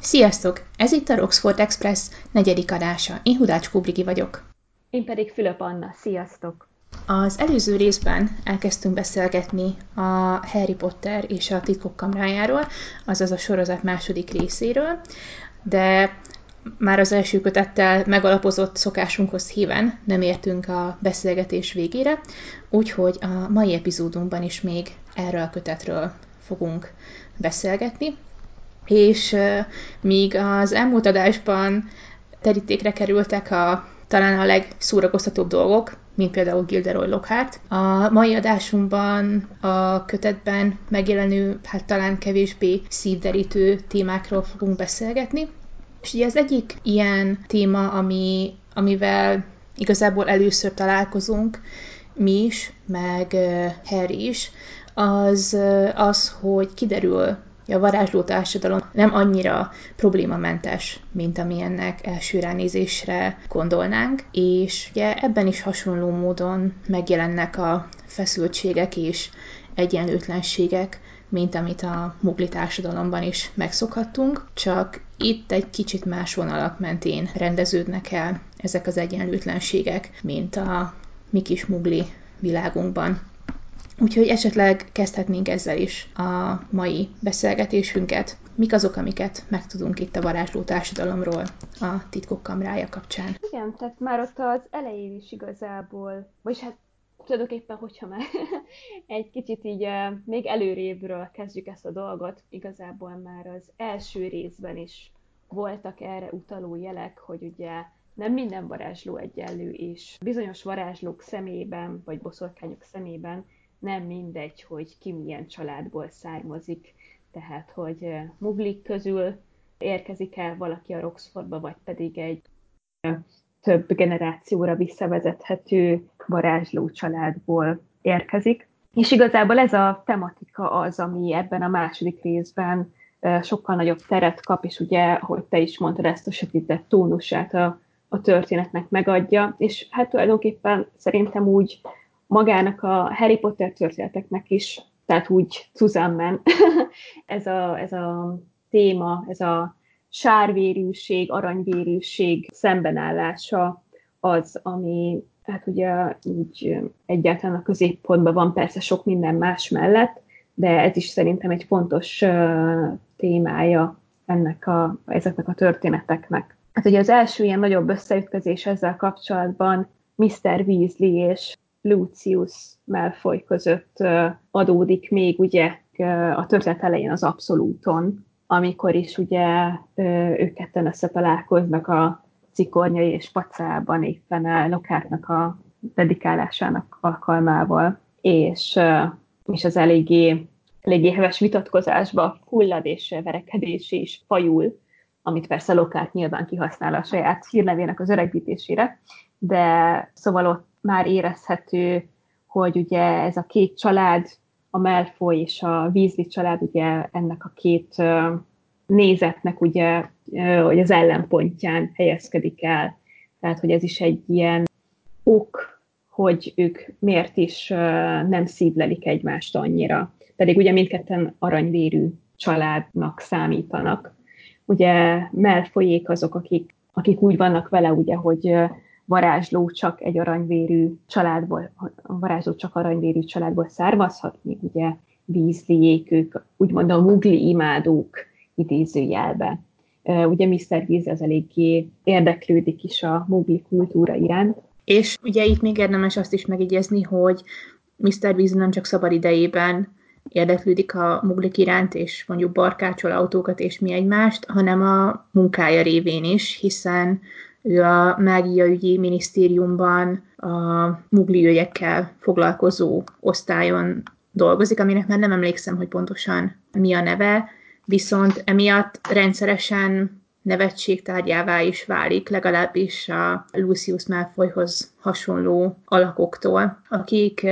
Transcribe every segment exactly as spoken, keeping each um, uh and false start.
Sziasztok! Ez itt a Roxford Express negyedik adása. Én Hudács Kubrigi vagyok. Én pedig Fülöp Anna. Sziasztok! Az előző részben elkezdtünk beszélgetni a Harry Potter és a Titkok Kamrájáról, azaz a sorozat második részéről, de már az első kötettel megalapozott szokásunkhoz híven nem értünk a beszélgetés végére, úgyhogy a mai epizódunkban is még erről a kötetről fogunk beszélgetni. És uh, míg az elmúlt adásban terítékre kerültek a, talán a legszórakoztatóbb dolgok, mint például Gilderoy Lockhart, a mai adásunkban a kötetben megjelenő, hát talán kevésbé szívderítő témákról fogunk beszélgetni. És ugye az egyik ilyen téma, ami, amivel igazából először találkozunk, mi is, meg uh, Harry is, az uh, az, hogy kiderül, a varázsló társadalom nem annyira problémamentes, mint amilyennek első ránézésre gondolnánk, és ugye ebben is hasonló módon megjelennek a feszültségek és egyenlőtlenségek, mint amit a mugli társadalomban is megszokhattunk, csak itt egy kicsit más vonalak mentén rendeződnek el ezek az egyenlőtlenségek, mint a mi kis mugli világunkban. Úgyhogy esetleg kezdhetnénk ezzel is a mai beszélgetésünket. Mik azok, amiket megtudunk itt a varázsló társadalomról a Titkok Kamrája kapcsán? Igen, tehát már ott az elején is igazából, vagyis hát tulajdonképpen, hogyha már egy kicsit így uh, még előrébbről kezdjük ezt a dolgot, igazából már az első részben is voltak erre utaló jelek, hogy ugye nem minden varázsló egyenlő, és bizonyos varázslók szemében, vagy boszorkányok szemében nem mindegy, hogy ki milyen családból származik, tehát hogy uh, muglik közül érkezik el valaki a Roxfordba, vagy pedig egy több generációra visszavezethető varázsló családból érkezik. És igazából ez a tematika az, ami ebben a második részben sokkal nagyobb teret kap, és ugye, hogy te is mondtad, ezt a sötétebb tónusát a, a történetnek megadja, és hát tulajdonképpen szerintem úgy magának a Harry Potter történeteknek is, tehát úgy Susanne ez, a, ez a téma, ez a sárvérűség, aranyvérűség szembenállása az, ami hát ugye úgy egyáltalán a középpontban van, persze sok minden más mellett, de ez is szerintem egy fontos uh, témája ennek a, ezeknek a történeteknek. Hát ugye az első ilyen nagyobb összeütközés ezzel kapcsolatban miszter Weasley és Lucius Malfoy között uh, adódik még ugye uh, a történet elején az Abszolúton, amikor is ugye ők ketten összetalálkoznak a Cikornyai és Pacában éppen a Lockhartnak a dedikálásának alkalmával, és, és az eléggé, eléggé heves vitatkozásba hullad és verekedés is fajul, amit persze Lockhart nyilván kihasznál a saját hírnevének az öregbítésére, de szóval ott már érezhető, hogy ugye ez a két család, a Malfoy és a Weasley család, ugye ennek a két uh, nézetnek ugye, uh, hogy az ellenpontján helyezkedik el. Tehát, hogy ez is egy ilyen ok, hogy ők miért is uh, nem szívlelik egymást annyira. Pedig ugye mindketten aranyvérű családnak számítanak. Ugye Malfoyék azok, akik, akik úgy vannak vele, ugye, hogy uh, varázsló csak egy aranyvérű családból, a varázsló csak aranyvérű családból származhat, még ugye Weasleyék, ők úgymond a mugli imádók idézőjelbe. Ugye miszter Weasley az eléggé érdeklődik is a mugli kultúra iránt. És ugye itt még érdemes azt is megjegyezni, hogy miszter Weasley nem csak szabad idejében érdeklődik a muglik iránt, és mondjuk barkácsol autókat és mi egymást, hanem a munkája révén is, hiszen ő a mágiaügyi minisztériumban a mugli ügyekkel foglalkozó osztályon dolgozik, aminek már nem emlékszem, hogy pontosan mi a neve, viszont emiatt rendszeresen nevetségtárgyává is válik, legalábbis a Lucius Malfoyhoz hasonló alakoktól, akik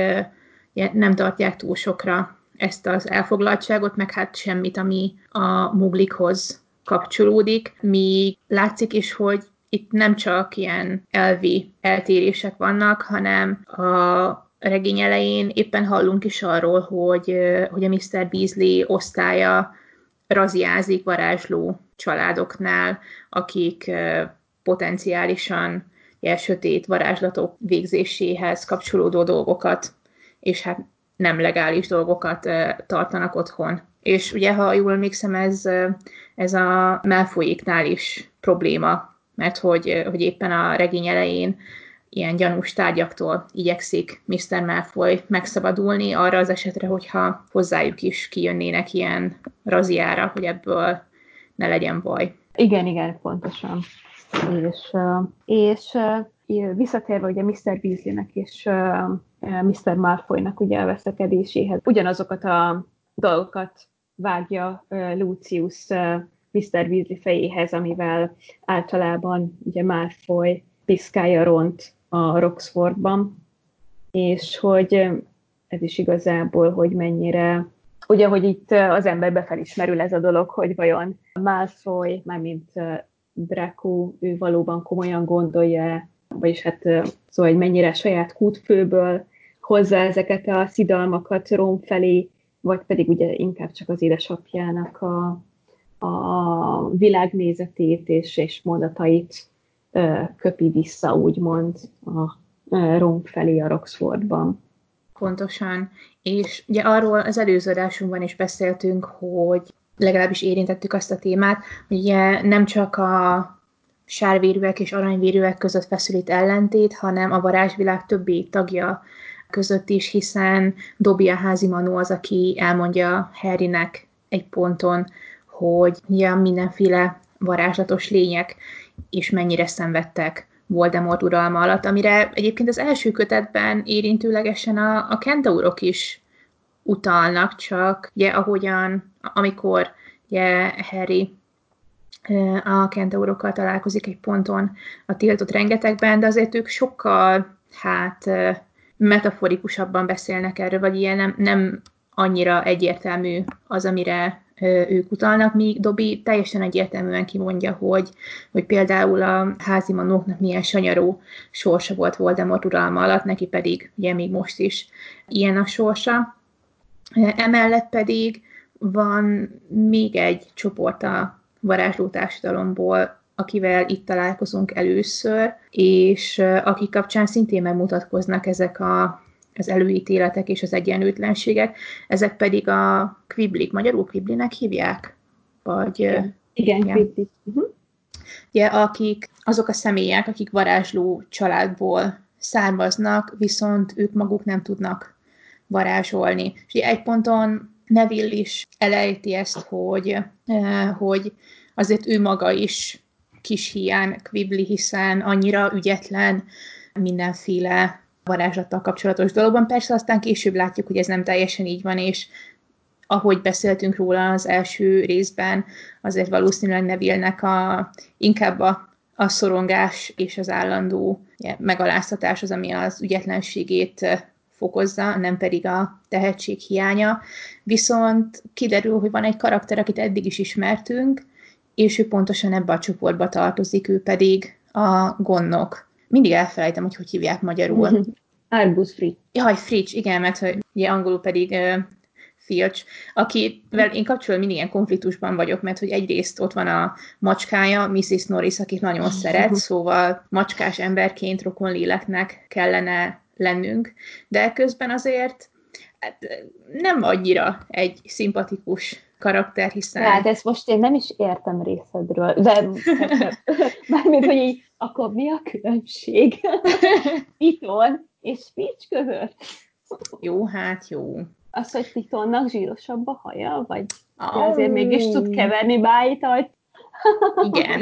nem tartják túl sokra ezt az elfoglaltságot, meg hát semmit, ami a muglikhoz kapcsolódik, míg látszik is, hogy itt nem csak ilyen elvi eltérések vannak, hanem a regény elején éppen hallunk is arról, hogy, hogy a miszter Weasley osztálya raziázik varázsló családoknál, akik potenciálisan ilyen sötét varázslatok végzéséhez kapcsolódó dolgokat, és hát nem legális dolgokat tartanak otthon. És ugye, ha jól emlékszem, ez, ez a Malfoyéknál is probléma, mert hogy, hogy éppen a regény elején ilyen gyanús tárgyaktól igyekszik miszter Malfoy megszabadulni arra az esetre, hogyha hozzájuk is kijönnének ilyen raziára, hogy ebből ne legyen baj. Igen, igen, pontosan. És, és visszatérve ugye miszter Weasleynek és miszter Malfoynak ugye a veszekedéséhez, ugyanazokat a dolgokat vágja Lucius miszter Weasley fejéhez, amivel általában ugye Malfoy piszkálja Ront a Roxfordban, és hogy ez is igazából, hogy mennyire, ugye, hogy itt az emberbe felismerül ez a dolog, hogy vajon Malfoy, mármint Draco, ő valóban komolyan gondolja, vagyis hát szóval, hogy mennyire saját kútfőből hozza ezeket a szidalmakat Ron felé, vagy pedig ugye inkább csak az édesapjának a, a világnézetét és, és mondatait köpi vissza, úgymond a Ron felé a Roxfordban. Pontosan. És ugye arról az előző adásunkban is beszéltünk, hogy legalábbis érintettük azt a témát, hogy ugye nem csak a sárvérűek és aranyvérűek között feszül itt ellentét, hanem a varázsvilág többi tagja között is, hiszen Dobby a házimanó az, aki elmondja Harrynek egy ponton, hogy ja, mindenféle varázslatos lények is mennyire szenvedtek Voldemort uralma alatt, amire egyébként az első kötetben érintőlegesen a, a kentaurok is utalnak, csak ugye ahogyan, amikor ugye Harry a kentaurokkal találkozik egy ponton a tiltott rengetegben, de azért ők sokkal, hát metaforikusabban beszélnek erről, vagy ilyen nem, nem annyira egyértelmű az, amire ők utalnak, míg Dobby teljesen egyértelműen kimondja, hogy, hogy például a házimanóknak milyen sanyarú sorsa volt Voldemort uralma alatt, neki pedig ugye még most is ilyen a sorsa. Emellett pedig van még egy csoport a varázsló társadalomból, akivel itt találkozunk először, és akik kapcsán szintén megmutatkoznak ezek a, az előítéletek és az egyenlőtlenségek, ezek pedig a Quibblik, magyarul Quibblinek hívják? Vagy, igen, igen ja. Quibblik. Uh-huh. Ja, akik, azok a személyek, akik varázsló családból származnak, viszont ők maguk nem tudnak varázsolni. És egy ponton Neville is elejti ezt, hogy, hogy azért ő maga is kis hiány Quibbli, hiszen annyira ügyetlen mindenféle varázslattal kapcsolatos dologban. Persze aztán később látjuk, hogy ez nem teljesen így van, és ahogy beszéltünk róla az első részben, azért valószínűleg Neville-nek a, inkább a, a szorongás és az állandó ja, megaláztatás az, ami az ügyetlenségét fokozza, nem pedig a tehetség hiánya. Viszont kiderül, hogy van egy karakter, akit eddig is ismertünk, és ő pontosan ebbe a csoportba tartozik, ő pedig a Gonnok. Mindig elfelejtem, hogy hogy hívják magyarul. Albus Fritz. Jaj, Fritz, igen, mert hogy ugye angolul pedig uh, Filch, akivel én kapcsolatban mindig ilyen konfliktusban vagyok, mert hogy egyrészt ott van a macskája, missziz Norris, akit nagyon szeret, szóval macskás emberként rokonléleknek kellene lennünk, de közben azért hát, nem annyira egy szimpatikus karakter, hiszen... Hát ezt most én nem is értem részedről, de mármint, hogy így, akkor mi a különbség Piton és Filch között? Jó, hát jó. Az, hogy Pitonnak zsírosabb a haja, vagy oh. azért mégis tud keverni bájtat? Igen.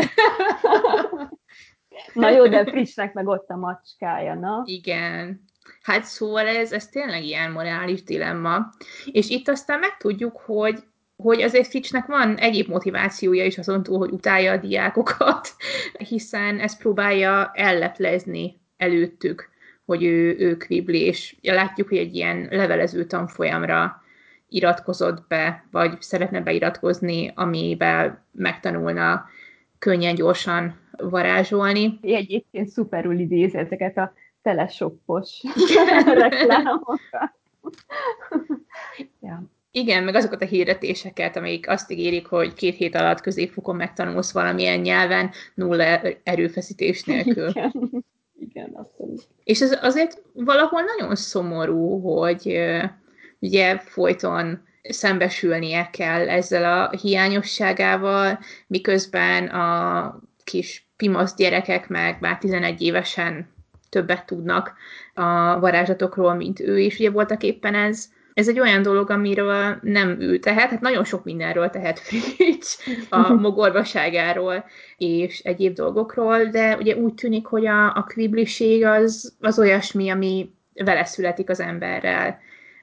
Na jó, de Filchnek meg ott a macskája, na? Igen. Hát szóval ez, ez tényleg ilyen morális dilemma. És itt aztán megtudjuk, hogy, hogy azért Filchnek van egyéb motivációja is azon túl, hogy utálja a diákokat, hiszen ezt próbálja elleplezni előttük, hogy ő, ő Quibbli, és látjuk, hogy egy ilyen levelező tanfolyamra iratkozott be, vagy szeretne beiratkozni, amivel megtanulna könnyen, gyorsan varázsolni. Egyébként szuperül idéz ezeket a telesoppos reklámokat. Ja. Igen, meg azokat a hirdetéseket, amik azt ígérik, hogy két hét alatt középfokon megtanulsz valamilyen nyelven, nulla erőfeszítés nélkül. Igen, igen, abszolút. És ez azért valahol nagyon szomorú, hogy uh, ugye folyton szembesülnie kell ezzel a hiányosságával, miközben a kis pimasz gyerekek meg már tizenegy évesen többet tudnak a varázslatokról, mint ő, és ugye voltak éppen ez ez egy olyan dolog, amiről nem ő tehet, hát nagyon sok mindenről tehet Fritz, a mogorvaságáról és egyéb dolgokról, de ugye úgy tűnik, hogy a, a kvibliség az, az olyasmi, ami vele születik az emberrel,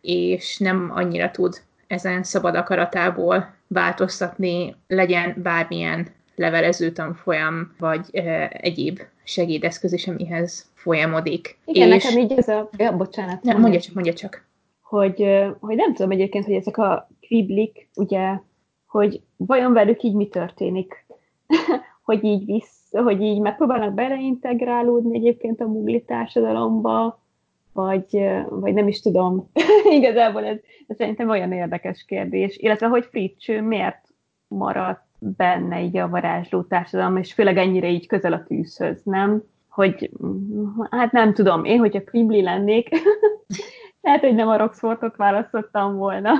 és nem annyira tud ezen szabad akaratából változtatni, legyen bármilyen levelező tanfolyam, vagy e, egyéb segédeszköz is, amihez folyamodik. Igen, és... nekem így ez a... Ja, bocsánat. Ne, mondja csak, mondja csak. Hogy, hogy nem tudom egyébként, hogy ezek a kviblik, ugye, hogy vajon velük így mi történik? hogy így visz, hogy így megpróbálnak beleintegrálódni egyébként a mugli társadalomba, vagy, vagy nem is tudom. Igazából ez, ez szerintem olyan érdekes kérdés. Illetve, hogy Fritz miért maradt benne így a varázsló társadalom, és főleg ennyire így közel a tűzhöz, nem? Hogy, hát nem tudom, én, hogyha kvibli lennék, lehet, hogy nem a Roxfortot választottam volna.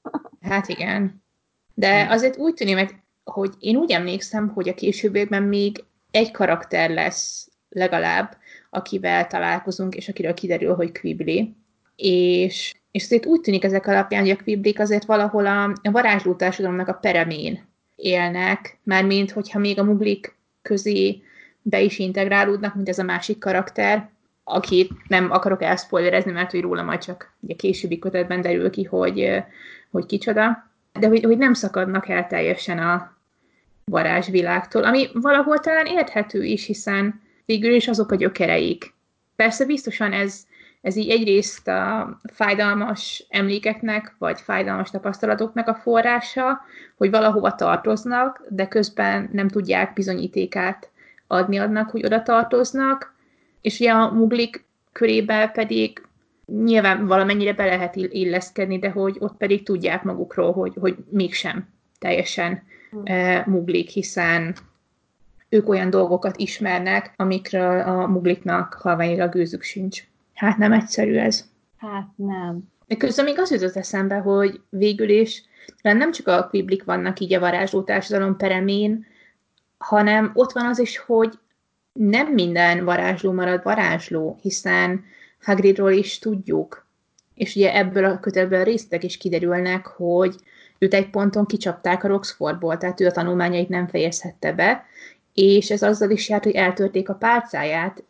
Hát igen. De azért úgy tűnik meg, hogy én úgy emlékszem, hogy a későbbiekben még egy karakter lesz legalább, akivel találkozunk, és akiről kiderül, hogy Quibli. És, és azért úgy tűnik ezek alapján, hogy a Quiblik azért valahol a, a varázsló társadalomnak a peremén élnek, mármint hogyha még a muglik közé be is integrálódnak, mint ez a másik karakter, akit nem akarok elszpoilerezni, mert hogy róla majd csak a későbbi kötetben derül ki, hogy, hogy kicsoda, de hogy, hogy nem szakadnak el teljesen a varázsvilágtól, ami valahol talán érthető is, hiszen végül is azok a gyökereik. Persze biztosan ez, ez így egyrészt a fájdalmas emlékeknek, vagy fájdalmas tapasztalatoknak a forrása, hogy valahova tartoznak, de közben nem tudják bizonyítékát adni adnak, hogy oda tartoznak, és ugye a muglik körében pedig nyilván valamennyire be lehet illeszkedni, de hogy ott pedig tudják magukról, hogy, hogy mégsem teljesen e, muglik, hiszen ők olyan dolgokat ismernek, amikről a mugliknak halványra gőzük sincs. Hát nem egyszerű ez. Hát nem. De közben még az jutott eszembe, hogy végül is nem csak a kviblik vannak így a varázsló társadalom peremén, hanem ott van az is, hogy nem minden varázsló marad varázsló, hiszen Hagridról is tudjuk, és ugye ebből a kötetből részletek is kiderülnek, hogy őt egy ponton kicsapták a Roxfordból, tehát ő a tanulmányait nem fejezhette be, és ez azzal is járt, hogy eltörték a pálcáját,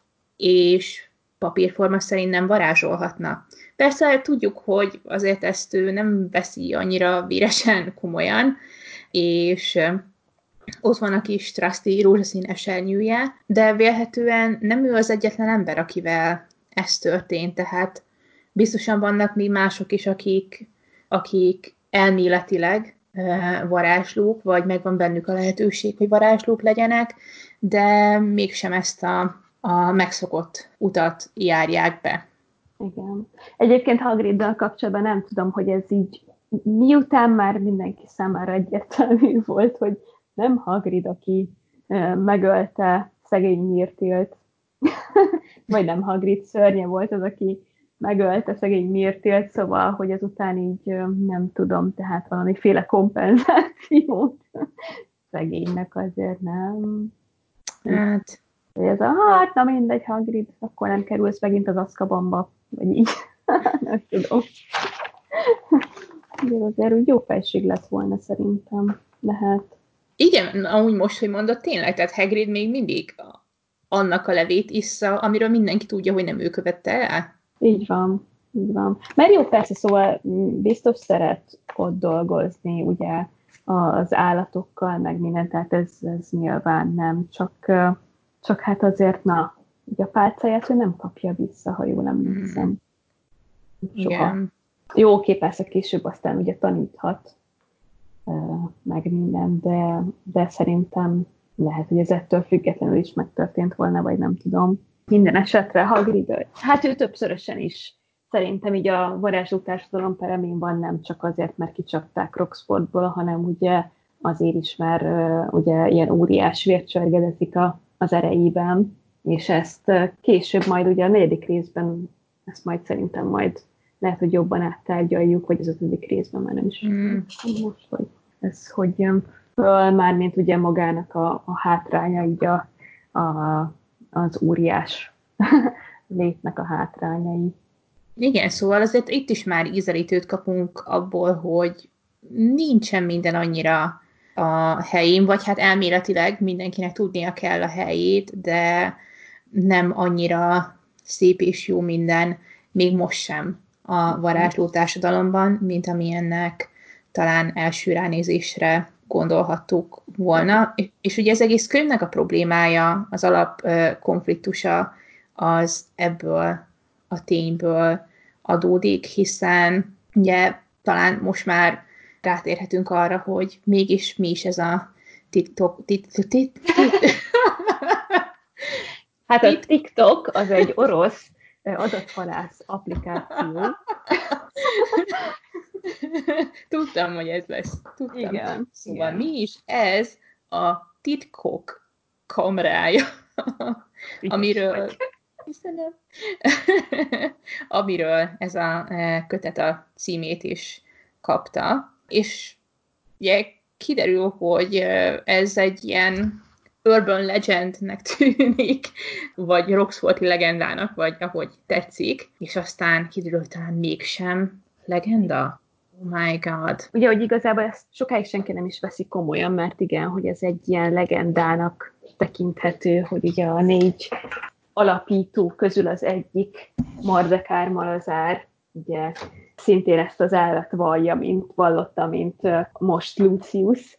és papírforma szerint nem varázsolhatna. Persze tudjuk, hogy azért ezt ő nem veszi annyira véresen komolyan, és ott van a kis Trusty rózsaszín esernyője, de vélhetően nem ő az egyetlen ember, akivel ez történt, tehát biztosan vannak még mások is, akik, akik elméletileg e, varázslók, vagy megvan bennük a lehetőség, hogy varázslók legyenek, de mégsem ezt a, a megszokott utat járják be. Igen. Egyébként Hagriddal kapcsolatban nem tudom, hogy ez így miután már mindenki számára egyértelmű volt, hogy nem Hagrid, aki megölte szegény Myrtilt, vagy nem Hagrid szörnye volt az, aki megölte szegény Myrtilt, szóval, hogy ezután így nem tudom, tehát valamiféle kompenzációt szegénynek azért nem. Hát... Ez a, hát, na mindegy, Hagrid, akkor nem kerülsz megint az Azkabanba, vagy így. Nem tudom. De azért úgy jó felség lett volna szerintem. De hát... Igen, amúgy most, hogy mondod, tényleg, tehát Hagrid még mindig annak a levét issza, amiről mindenki tudja, hogy nem ő követte el. Így van, így van. Mert jó, persze, szóval biztos szeret ott dolgozni, ugye, az állatokkal, meg minden, tehát ez, ez nyilván nem, csak, csak hát azért, na, ugye a pálcáját ő nem kapja vissza, ha jól emlékszem. Mm. Soha. Igen. Jó, oké, persze később aztán ugye taníthat, meg minden, de, de szerintem lehet, hogy ez ettől függetlenül is megtörtént volna, vagy nem tudom. Minden esetre Hagrid, hát ő többszörösen is szerintem így a varázsló társadalom peremén nem csak azért, mert kicsapták Roxfortból, hanem ugye azért is, mert uh, ugye ilyen óriás vért csörgedezik a, az erejében, és ezt uh, később majd ugye a negyedik részben, ezt majd szerintem majd lehet, hogy jobban áttárgyaljuk, vagy az ötödik részben már nem is mm. most, hogy ez hogy jön föl, mármint ugye magának a, a hátránya, így a, a, az óriás létnek a hátrányai. Igen, szóval azért itt is már ízelítőt kapunk abból, hogy nincsen minden annyira a helyén, vagy hát elméletileg mindenkinek tudnia kell a helyét, de nem annyira szép és jó minden, még most sem a varázsló társadalomban, mint amilyennek talán első ránézésre gondolhattuk volna. És ugye az egész könyvnek a problémája, az alap konfliktusa az ebből a tényből adódik, hiszen ugye talán most már rátérhetünk arra, hogy mégis mi is ez a TikTok. Hát a TikTok az egy orosz adathalász applikáció. Tudtam, hogy ez lesz. Tudtam. Igen. Szóval igen. mi is ez a titkok kamrája, amiről Köszönöm. amiről ez a kötet a címét is kapta. És ugye kiderül, hogy ez egy ilyen urban legendnek tűnik, vagy Roxforti legendának, vagy ahogy tetszik, és aztán kiderül, hogy talán mégsem legenda. Oh my god. Ugye, hogy igazából ezt sokáig senki nem is veszi komolyan, mert igen, hogy ez egy ilyen legendának tekinthető, hogy ugye a négy alapító közül az egyik, Mardekár Malazár, ugye szintén ezt az elvet vallja, mint vallotta, mint most Lucius,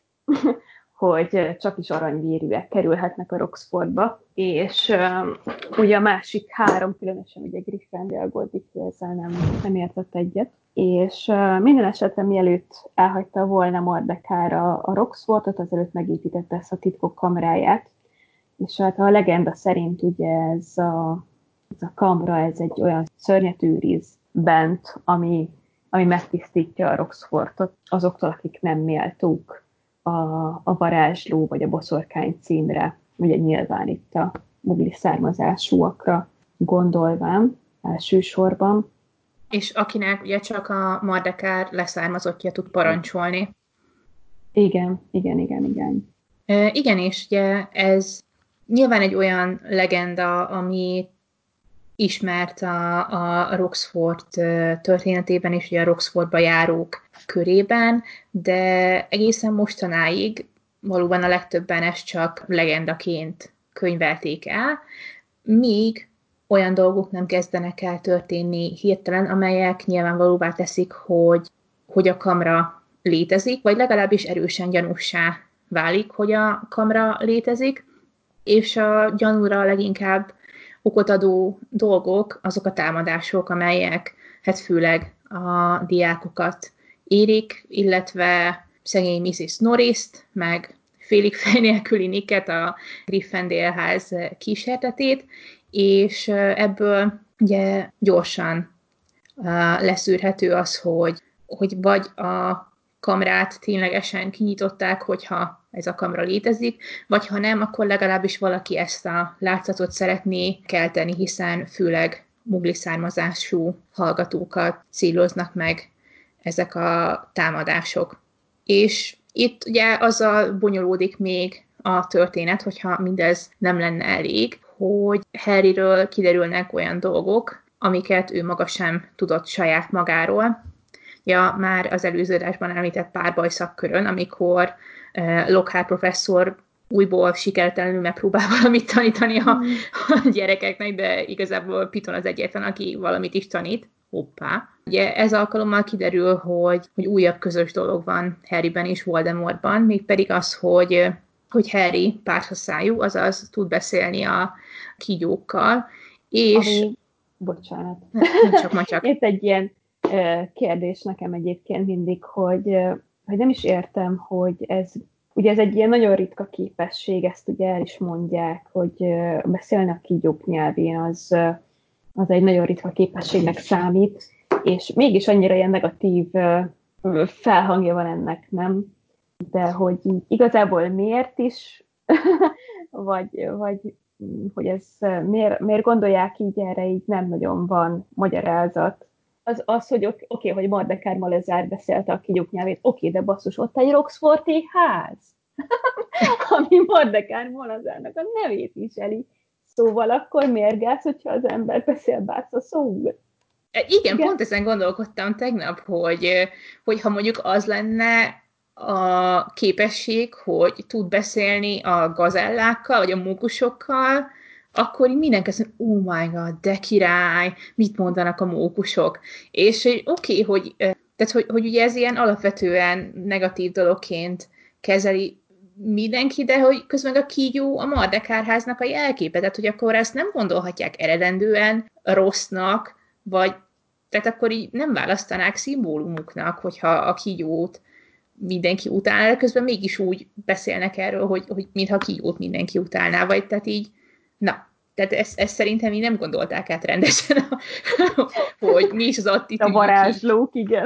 hogy csak is aranyvérűek kerülhetnek a Roxfortba, és uh, ugye a másik három, különösen ugye Gryffindor, Godric ezzel nem, nem értett egyet, és uh, minden esetben mielőtt elhagyta volna Mardekár a, a Roxfortot, azelőtt megépítette ezt a titkok kamráját, és hát a legenda szerint ugye ez a, ez a kamra, ez egy olyan szörnyet őriz bent, ami, ami megtisztítja a Roxfortot azoktól, akik nem méltók a, a varázsló vagy a boszorkány címre, ugye nyilván itt a mugli származásúakra gondolván elsősorban. És akinek ugye csak a Mardekár leszármazottja tud parancsolni. Igen, igen, igen, igen. E, igen, és ugye ez nyilván egy olyan legenda, ami ismert a, a Roxford történetében és ugye a Roxfordba járók körében, de egészen mostanáig valóban a legtöbben ezt csak legendaként könyvelték el, míg olyan dolgok nem kezdenek el történni hirtelen, amelyek nyilvánvalóvá teszik, hogy, hogy a kamra létezik, vagy legalábbis erősen gyanússá válik, hogy a kamra létezik, és a gyanúra leginkább okot adó dolgok, azok a támadások, amelyek hát főleg a diákokat érik, illetve szegény missziz Norris-t, meg félig fej nélküli Nicket, a Gryffindor ház kísértetét, és ebből ugye gyorsan leszűrhető az, hogy, hogy vagy a kamrát ténylegesen kinyitották, hogyha ez a kamra létezik, vagy ha nem, akkor legalábbis valaki ezt a látszatot szeretné kelteni, hiszen főleg mugli származású hallgatókat céloznak meg ezek a támadások. És itt ugye azzal bonyolódik még a történet, hogyha mindez nem lenne elég, hogy Harryről kiderülnek olyan dolgok, amiket ő maga sem tudott saját magáról. Ja, már az előző adásban említett párbaj szakkörön, amikor uh, Lockhart professzor újból sikertelenül megpróbál valamit tanítani a, a gyerekeknek, de igazából Piton az egyetlen, aki valamit is tanít. Hoppá. Ugye ez alkalommal kiderül, hogy, hogy újabb közös dolog van Harryben és Voldemortban, mégpedig az, hogy, hogy Harry párhaszájú, azaz tud beszélni a kígyókkal, és... Ami, bocsánat. Nem csak, ma csak. Itt egy ilyen kérdés nekem egyébként mindig, hogy, hogy nem is értem, hogy ez, ugye ez egy ilyen nagyon ritka képesség, ezt ugye el is mondják, hogy beszélni a kígyók nyelvén, az, az egy nagyon ritka képességnek számít, és mégis annyira ilyen negatív felhangja van ennek, nem? De hogy így igazából miért is, vagy, vagy hogy ez miért, miért gondolják így erre, így nem nagyon van magyarázat. Az, az hogy oké, okay, hogy Mardekár Malezár beszélte a kígyók nyelvét, oké, okay, de basszus, ott egy Roxforti ház, ami Mardekár Malezárnak a nevét viseli. Szóval akkor mérgálsz, hogyha az ember beszél bász a szóval? Igen, Igen, pont ezen gondolkodtam tegnap, hogy, hogy ha mondjuk az lenne a képesség, hogy tud beszélni a gazellákkal, vagy a mókusokkal, akkor mindenki azt mondja, oh my god, de király, mit mondanak a mókusok. És oké, okay, hogy, tehát, hogy, hogy ugye ez ilyen alapvetően negatív dologként kezeli mindenki, de hogy közben a kígyó a Mardekárháznak a jelképe, tehát hogy akkor ezt nem gondolhatják eredendően rossznak, vagy tehát akkor így nem választanák szimbólumuknak, hogyha a kígyót mindenki utálná, közben mégis úgy beszélnek erről, hogy, hogy mintha a kígyót mindenki utálná, vagy tehát így, na, tehát ezt, ezt szerintem így nem gondolták át rendesen, hogy mi is az attitűdjük. A varázslók, igen.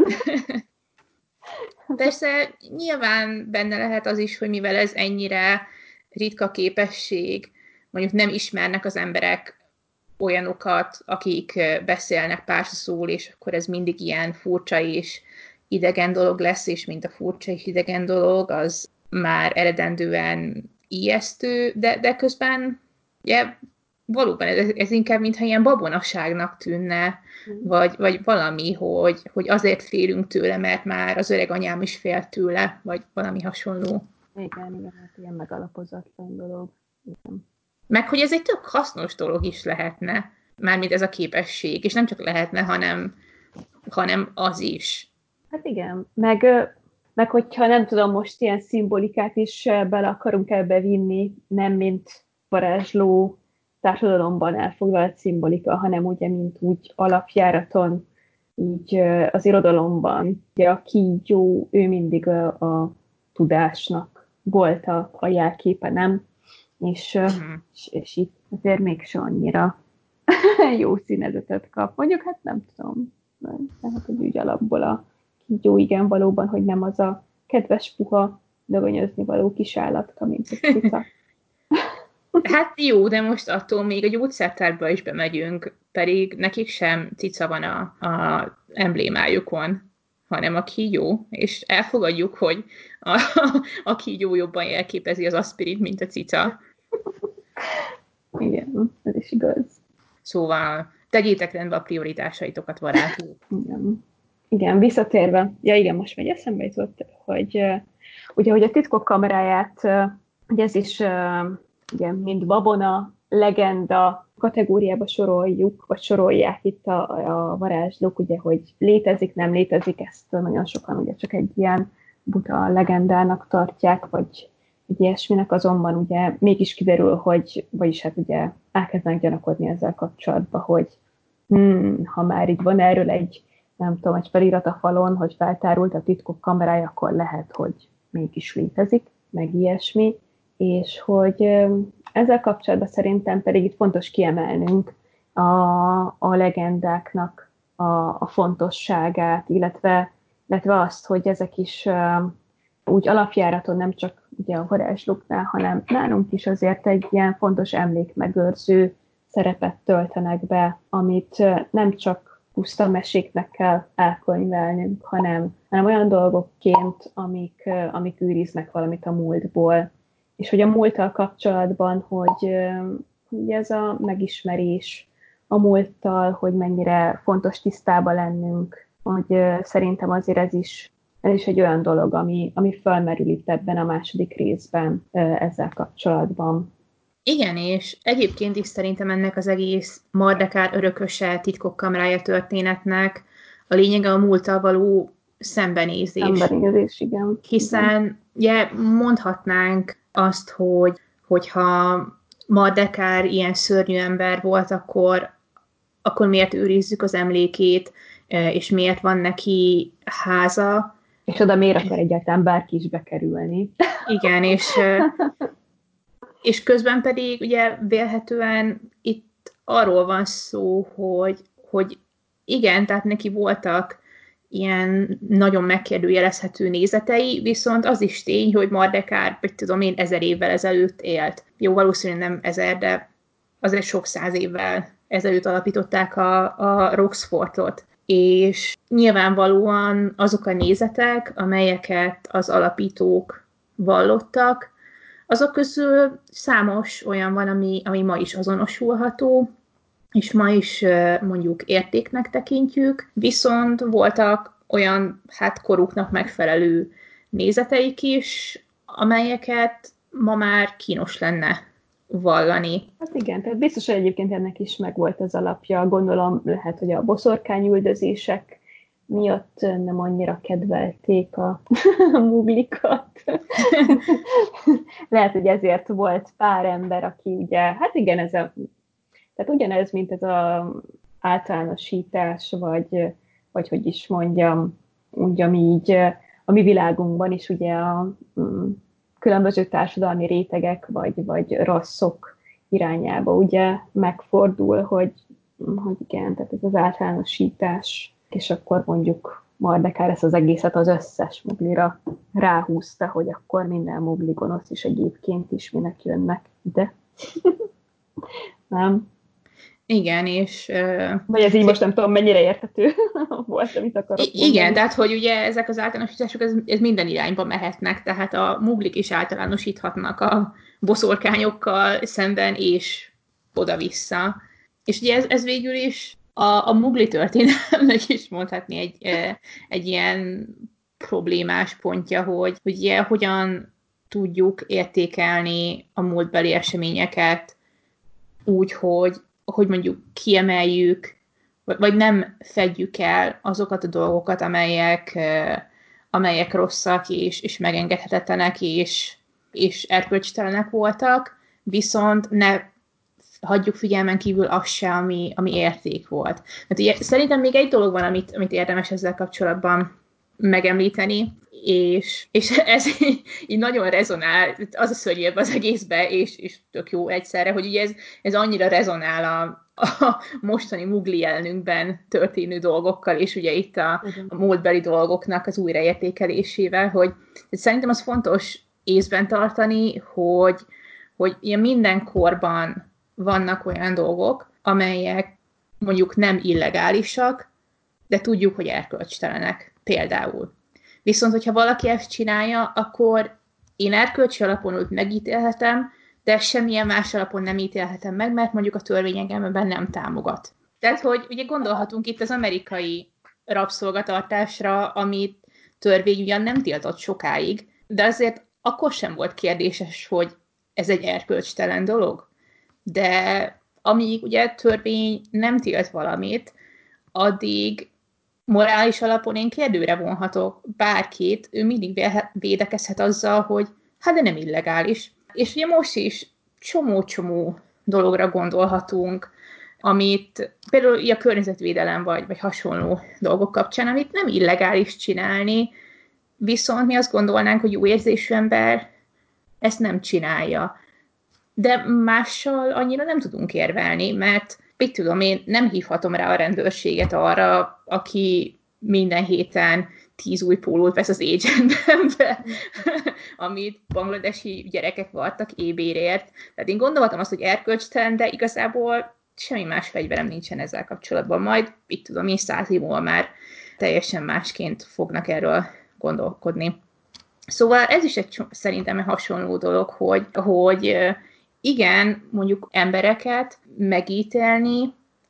Persze nyilván benne lehet az is, hogy mivel ez ennyire ritka képesség, mondjuk nem ismernek az emberek olyanokat, akik beszélnek párszóul, és akkor ez mindig ilyen furcsa és idegen dolog lesz, és mint a furcsa és idegen dolog, az már eredendően ijesztő, de, de közben ugye, valóban ez, ez inkább mintha ilyen babonaságnak tűnne, vagy, vagy valami, hogy, hogy azért félünk tőle, mert már az öreg anyám is fél tőle, vagy valami hasonló. Igen, igen, hát ilyen megalapozatlan dolog. Igen. Meg, hogy ez egy tök hasznos dolog is lehetne, mármint ez a képesség, és nem csak lehetne, hanem, hanem az is. Hát igen, meg, meg hogyha nem tudom, most ilyen szimbolikát is bele akarunk ebbe vinni, nem mint varázsló társadalomban elfoglalt szimbolika, hanem ugye, mint úgy alapjáraton, így az irodalomban. Ugye a kígyó, ő mindig a, a tudásnak volt a, a jelképe, nem? És, uh-huh. és, és itt azért mégsem annyira jó színezetet kap. Mondjuk, hát nem tudom, tehát hogy úgy alapból a kígyó igen valóban, hogy nem az a kedves, puha, dögönyözni való kis állatka, mint a cica. Hát jó, de most attól még a gyógyszertárba is bemegyünk, pedig nekik sem cica van a, a emblémájukon, hanem a kígyó, és elfogadjuk, hogy a, a kígyó jobban jelképezi az aspirint, mint a cica. Igen, ez is igaz. Szóval tegyétek rendbe a prioritásaitokat, varázslók. Igen. Igen, visszatérve, ja igen, most megy eszembe jutott, hogy uh, ugye, hogy a titkok kameráját, uh, ugye ez is uh, ugye, mint babona, legenda kategóriába soroljuk, vagy sorolják itt a, a varázslók, ugye, hogy létezik, nem létezik, ezt nagyon sokan ugye csak egy ilyen buta legendának tartják, vagy egy ilyesminek, azonban ugye mégis kiderül, hogy, vagyis hát ugye elkezdenek gyanakodni ezzel kapcsolatban, hogy hmm, ha már így van erről egy, nem tudom, egy felirat a falon, hogy feltárult a titkok kamerája, akkor lehet, hogy mégis létezik, meg ilyesmi, és hogy ezzel kapcsolatban szerintem pedig itt fontos kiemelnünk a, a legendáknak a, a fontosságát, illetve, illetve azt, hogy ezek is úgy alapjáraton nem csak ugye a varázslóknál, hanem nálunk is azért egy ilyen fontos emlékmegőrző szerepet töltenek be, amit nem csak puszta meséknek kell elkönyvelnünk, hanem, hanem olyan dolgokként, amik, amik őriznek valamit a múltból. És hogy a múlttal kapcsolatban, hogy, hogy ez a megismerés a múlttal, hogy mennyire fontos tisztában lennünk, hogy szerintem azért ez is Ez is egy olyan dolog, ami, ami felmerül itt ebben a második részben ezzel kapcsolatban. Igen, és egyébként is szerintem ennek az egész Mardekár örököse titkok kamerája történetnek a lényege a múlttal való szembenézés. Szembenézés, igen. Hiszen igen. ugye mondhatnánk azt, hogy hogyha Mardekár ilyen szörnyű ember volt, akkor, akkor miért őrizzük az emlékét, és miért van neki háza. És oda miért akar egyáltalán bárki is bekerülni. Igen, és, és közben pedig ugye vélhetően itt arról van szó, hogy, hogy igen, tehát neki voltak ilyen nagyon megkérdőjelezhető nézetei, viszont az is tény, hogy Mardekár, vagy tudom én, ezer évvel ezelőtt élt. Jó, valószínűleg nem ezer, de azért sok száz évvel ezelőtt alapították a, a Roxfortot. És nyilvánvalóan azok a nézetek, amelyeket az alapítók vallottak, azok közül számos olyan van, ami, ami ma is azonosulható, és ma is mondjuk értéknek tekintjük, viszont voltak olyan hát koruknak megfelelő nézeteik is, amelyeket ma már kínos lenne vallani. Hát igen, tehát biztos, hogy egyébként ennek is megvolt az alapja. Gondolom lehet, hogy a boszorkányüldözések miatt nem annyira kedvelték a muglikat. Lehet, hogy ezért volt pár ember, aki ugye, hát igen, ez a, tehát ugyanez, mint ez az általánosítás, vagy, vagy hogy is mondjam, úgy, ami így a mi világunkban is ugye a mm, különböző társadalmi rétegek, vagy, vagy rasszok irányába ugye megfordul, hogy, hogy igen, tehát ez az általánosítás, és akkor mondjuk Mardekár ezt az egészet az összes muglira ráhúzta, hogy akkor minden mugli gonosz is egyébként is minek jönnek ide. Nem? Igen, és... Uh, Vagy ez így most nem tudom, mennyire érthető volt, amit akarok mondani. Igen, tehát hogy ugye ezek az általánosítások, ez, ez minden irányba mehetnek, tehát a muglik is általánosíthatnak a boszorkányokkal szemben, és oda-vissza. És ugye ez, ez végül is a, a mugli történelemnek is mondhatni egy, egy ilyen problémás pontja, hogy, hogy ugye hogyan tudjuk értékelni a múltbeli eseményeket úgy, hogy, hogy mondjuk kiemeljük, vagy nem fedjük el azokat a dolgokat, amelyek, amelyek rosszak és, és megengedhetetlenek és, és erkölcstelenek voltak, viszont ne hagyjuk figyelmen kívül azt se, ami, ami érték volt. Hát ugye, szerintem még egy dolog van, amit, amit érdemes ezzel kapcsolatban megemlíteni, és, és ez így, így nagyon rezonál, az a szörnyebb az egészbe, és, és tök jó egyszerre, hogy ugye ez, ez annyira rezonál a, a mostani mugli jelenünkben történő dolgokkal, és ugye itt a, a múltbeli dolgoknak az újraértékelésével, hogy szerintem az fontos észben tartani, hogy, hogy ilyen minden korban vannak olyan dolgok, amelyek mondjuk nem illegálisak, de tudjuk, hogy erkölcstelenek például. Viszont, hogyha valaki ezt csinálja, akkor én erkölcsi alapon úgy megítélhetem, de semmilyen más alapon nem ítélhetem meg, mert mondjuk a törvény engemben nem támogat. Tehát, hogy ugye gondolhatunk itt az amerikai rabszolgatartásra, amit törvény ugyan nem tiltott sokáig, de azért akkor sem volt kérdéses, hogy ez egy erkölcstelen dolog. De amíg ugye törvény nem tilt valamit, addig morális alapon én kérdőre vonhatok bárkit, ő mindig védekezhet azzal, hogy hát de nem illegális. És ugye most is csomó-csomó dologra gondolhatunk, amit például a környezetvédelem vagy, vagy hasonló dolgok kapcsán, amit nem illegális csinálni, viszont mi azt gondolnánk, hogy jó érzésű ember ezt nem csinálja. De mással annyira nem tudunk érvelni, mert mit tudom én, nem hívhatom rá a rendőrséget arra, aki minden héten tíz új pólót vesz az Agentbe, amit bangladesi gyerekek vartak ébérért. Tehát én gondoltam azt, hogy erkölcstelen, de igazából semmi más fegyverem nincsen ezzel kapcsolatban. Majd, mit tudom én, száz év múlva már teljesen másként fognak erről gondolkodni. Szóval ez is egy szerintem egy hasonló dolog, hogy, hogy igen, mondjuk embereket megítélni,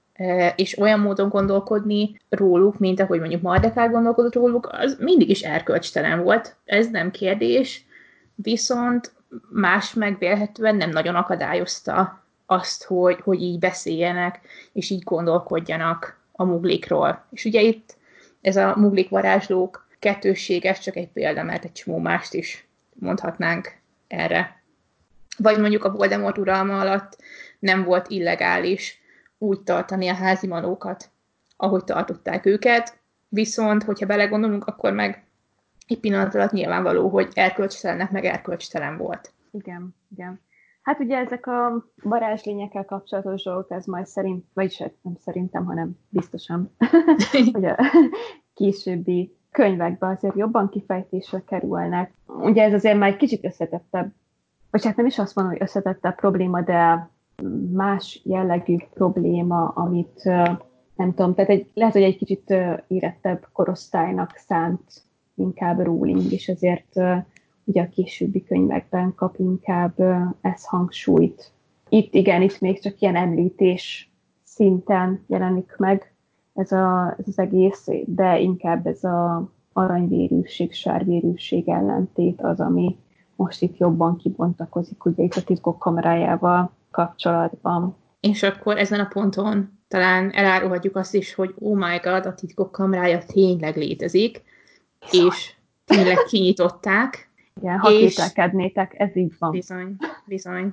és olyan módon gondolkodni róluk, mint ahogy mondjuk Mardekár gondolkodott róluk, az mindig is erkölcstelen volt, ez nem kérdés, viszont más megvélhetően nem nagyon akadályozta azt, hogy, hogy így beszéljenek, és így gondolkodjanak a muglikról. És ugye itt ez a muglik varázslók kettősséges, csak egy példa, mert egy csomó mást is mondhatnánk erre. Vagy mondjuk a Voldemort uralma alatt nem volt illegális úgy tartani a házimanókat, ahogy tartották őket, viszont, hogyha belegondolunk, akkor meg egy pillanat alatt nyilvánvaló, hogy erkölcstelennek meg erkölcstelen volt. Igen, igen. Hát ugye ezek a varázslényekkel kapcsolatos dolgok, ez majd szerint, vagyis nem szerintem, hanem biztosan, hogy a későbbi könyvekben azért jobban kifejtésre kerülnek. Ugye ez azért már egy kicsit összetettebb, vagy hát nem is azt mondom, hogy összetettebb probléma, de más jellegű probléma, amit nem tudom, tehát egy, lehet, hogy egy kicsit érettebb korosztálynak szánt inkább Rowling, és ezért ugye a későbbi könyvekben kap inkább ez hangsúlyt. Itt igen, itt még csak ilyen említés szinten jelenik meg ez, a, ez az egész, de inkább ez a aranyvérűség, sárvérűség ellentét az, ami most itt jobban kibontakozik, ugye itt a titkok kamrájával kapcsolatban. És akkor ezen a ponton talán elárulhatjuk azt is, hogy oh my god, a titkok kamrája tényleg létezik, bizony. És tényleg kinyitották. Igen, ha és... kételkednétek, ez így van. Bizony, bizony.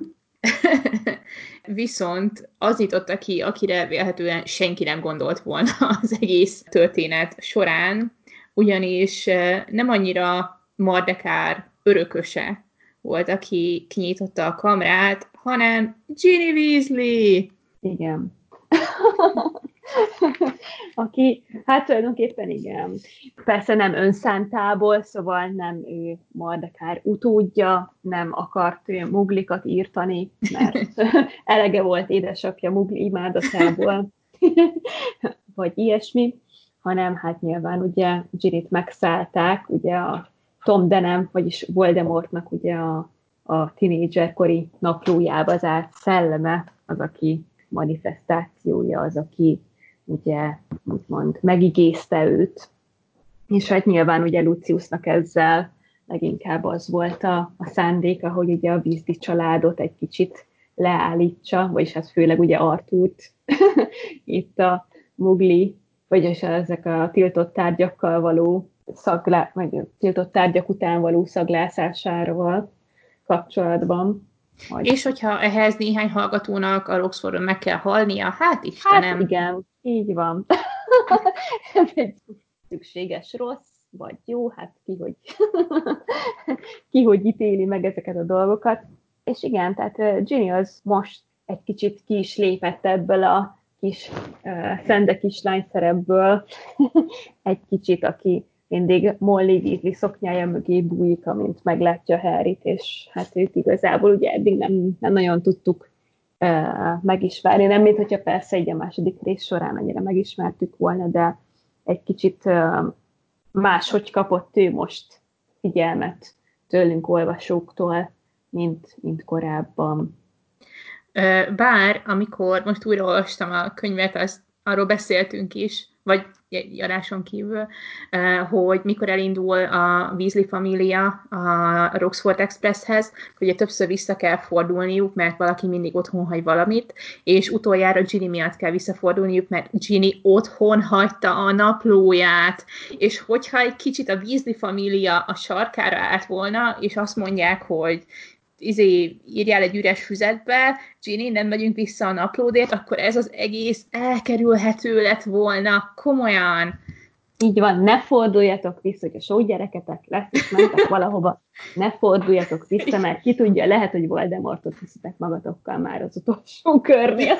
Viszont az nyitotta ki, akire vélhetően senki nem gondolt volna az egész történet során, ugyanis nem annyira Mardekár örököse volt, aki kinyitotta a kamrát, hanem Ginny Weasley. Igen. Aki, hát tulajdonképpen igen. Persze nem önszántából, szóval nem ő Mardekár utódja, nem akart muglikat írtani, mert elege volt édesapja mugli imádatából, vagy ilyesmi, hanem hát nyilván ugye Ginnyt megszállták, ugye a Tom Denham, vagyis Voldemortnak ugye a, a tinédzserkori naplójába zárt szelleme az, aki manifestációja, az, aki ugye úgymond megigézte őt. És hát nyilván ugye Luciusnak ezzel leginkább az volt a, a szándéka, hogy ugye a Weasley családot egy kicsit leállítsa, vagyis hát főleg ugye Arthurt itt a mugli, vagyis ezek a tiltott tárgyakkal való szaglá, vagy tiltott tárgyak után való szaglászásával kapcsolatban. Hogy... És hogyha ehhez néhány hallgatónak a Roxfordon meg kell halnia, hát Istenem. Hát igen, így van. Ez egy szükséges rossz, vagy jó, hát ki hogy, ki hogy ítéli meg ezeket a dolgokat. És igen, tehát Ginny az most egy kicsit ki is lépett ebből a kis uh, szende kislány szerepből. Egy kicsit, aki mindig Molly Weasley szoknyája mögé bújik, amint meglátja Harryt, és hát őt igazából ugye eddig nem, nem nagyon tudtuk uh, megismerni, nem mint hogyha persze így a második rész során annyira megismertük volna, de egy kicsit uh, máshogy kapott ő most figyelmet tőlünk olvasóktól, mint, mint korábban. Bár, amikor most újra olvastam a könyvet, azt, arról beszéltünk is, vagy jaráson kívül, hogy mikor elindul a Weasley família a Roxford Expresshez, hogy többször vissza kell fordulniuk, mert valaki mindig otthon hagy valamit, és utoljára Ginny miatt kell visszafordulniuk, mert Ginny otthon hagyta a naplóját, és hogyha egy kicsit a Weasley família a sarkára állt volna, és azt mondják, hogy izé, írjál egy üres füzetbe, Ginny, nem megyünk vissza a naplódért, akkor ez az egész elkerülhető lett volna. Komolyan. Így van, ne forduljatok vissza, hogy a sok gyereketek lesz, és mentek valahova, ne forduljatok vissza, mert ki tudja, lehet, hogy Voldemortot viszitek magatokkal már az utolsó körnél.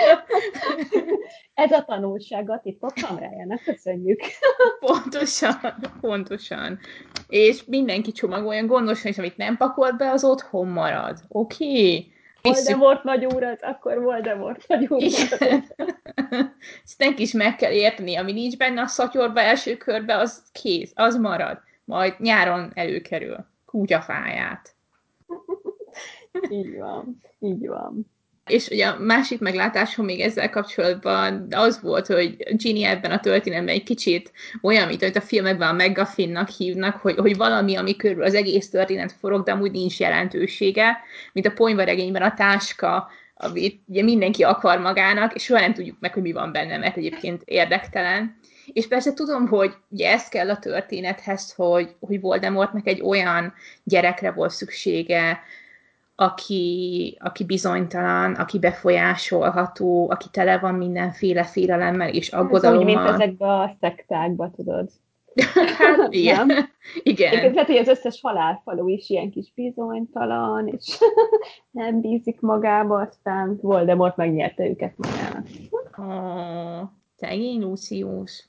Ez a tanulság a titkok kamrájának, köszönjük. Pontosan, pontosan. És mindenki csomagoljon gondosan, és amit nem pakolt be, az otthon marad. Oké? Okay? Voldemort nagy úr az, akkor Voldemort nagy úr. Ezt neki is meg kell érteni, ami nincs benne a szatyorba első körbe, az kész, az marad. Majd nyáron előkerül. Kutyafáját. Így van, így van. És ugye a másik meglátásom még ezzel kapcsolatban az volt, hogy Ginny ebben a történetben egy kicsit olyan, mint amit a filmekben a McGuffinnak hívnak, hogy, hogy valami, ami körül az egész történet forog, de amúgy nincs jelentősége, mint a ponyvaregényben a táska, amit ugye mindenki akar magának, és soha nem tudjuk meg, hogy mi van benne, mert egyébként érdektelen. És persze tudom, hogy ugye ez kell a történethez, hogy, hogy Voldemortnak egy olyan gyerekre volt szüksége, Aki, aki bizonytalan, aki befolyásolható, aki tele van mindenféle félelemmel és aggodalommal. Ez úgy, mint ezekben a szektákban, tudod. Hát, igen. Nem? Egyébként Igen. lehet, hogy az összes halálfalú is ilyen kis bizonytalan, és nem bízik magába, aztán Voldemort megnyerte őket magának. Ó, szegény Lucius.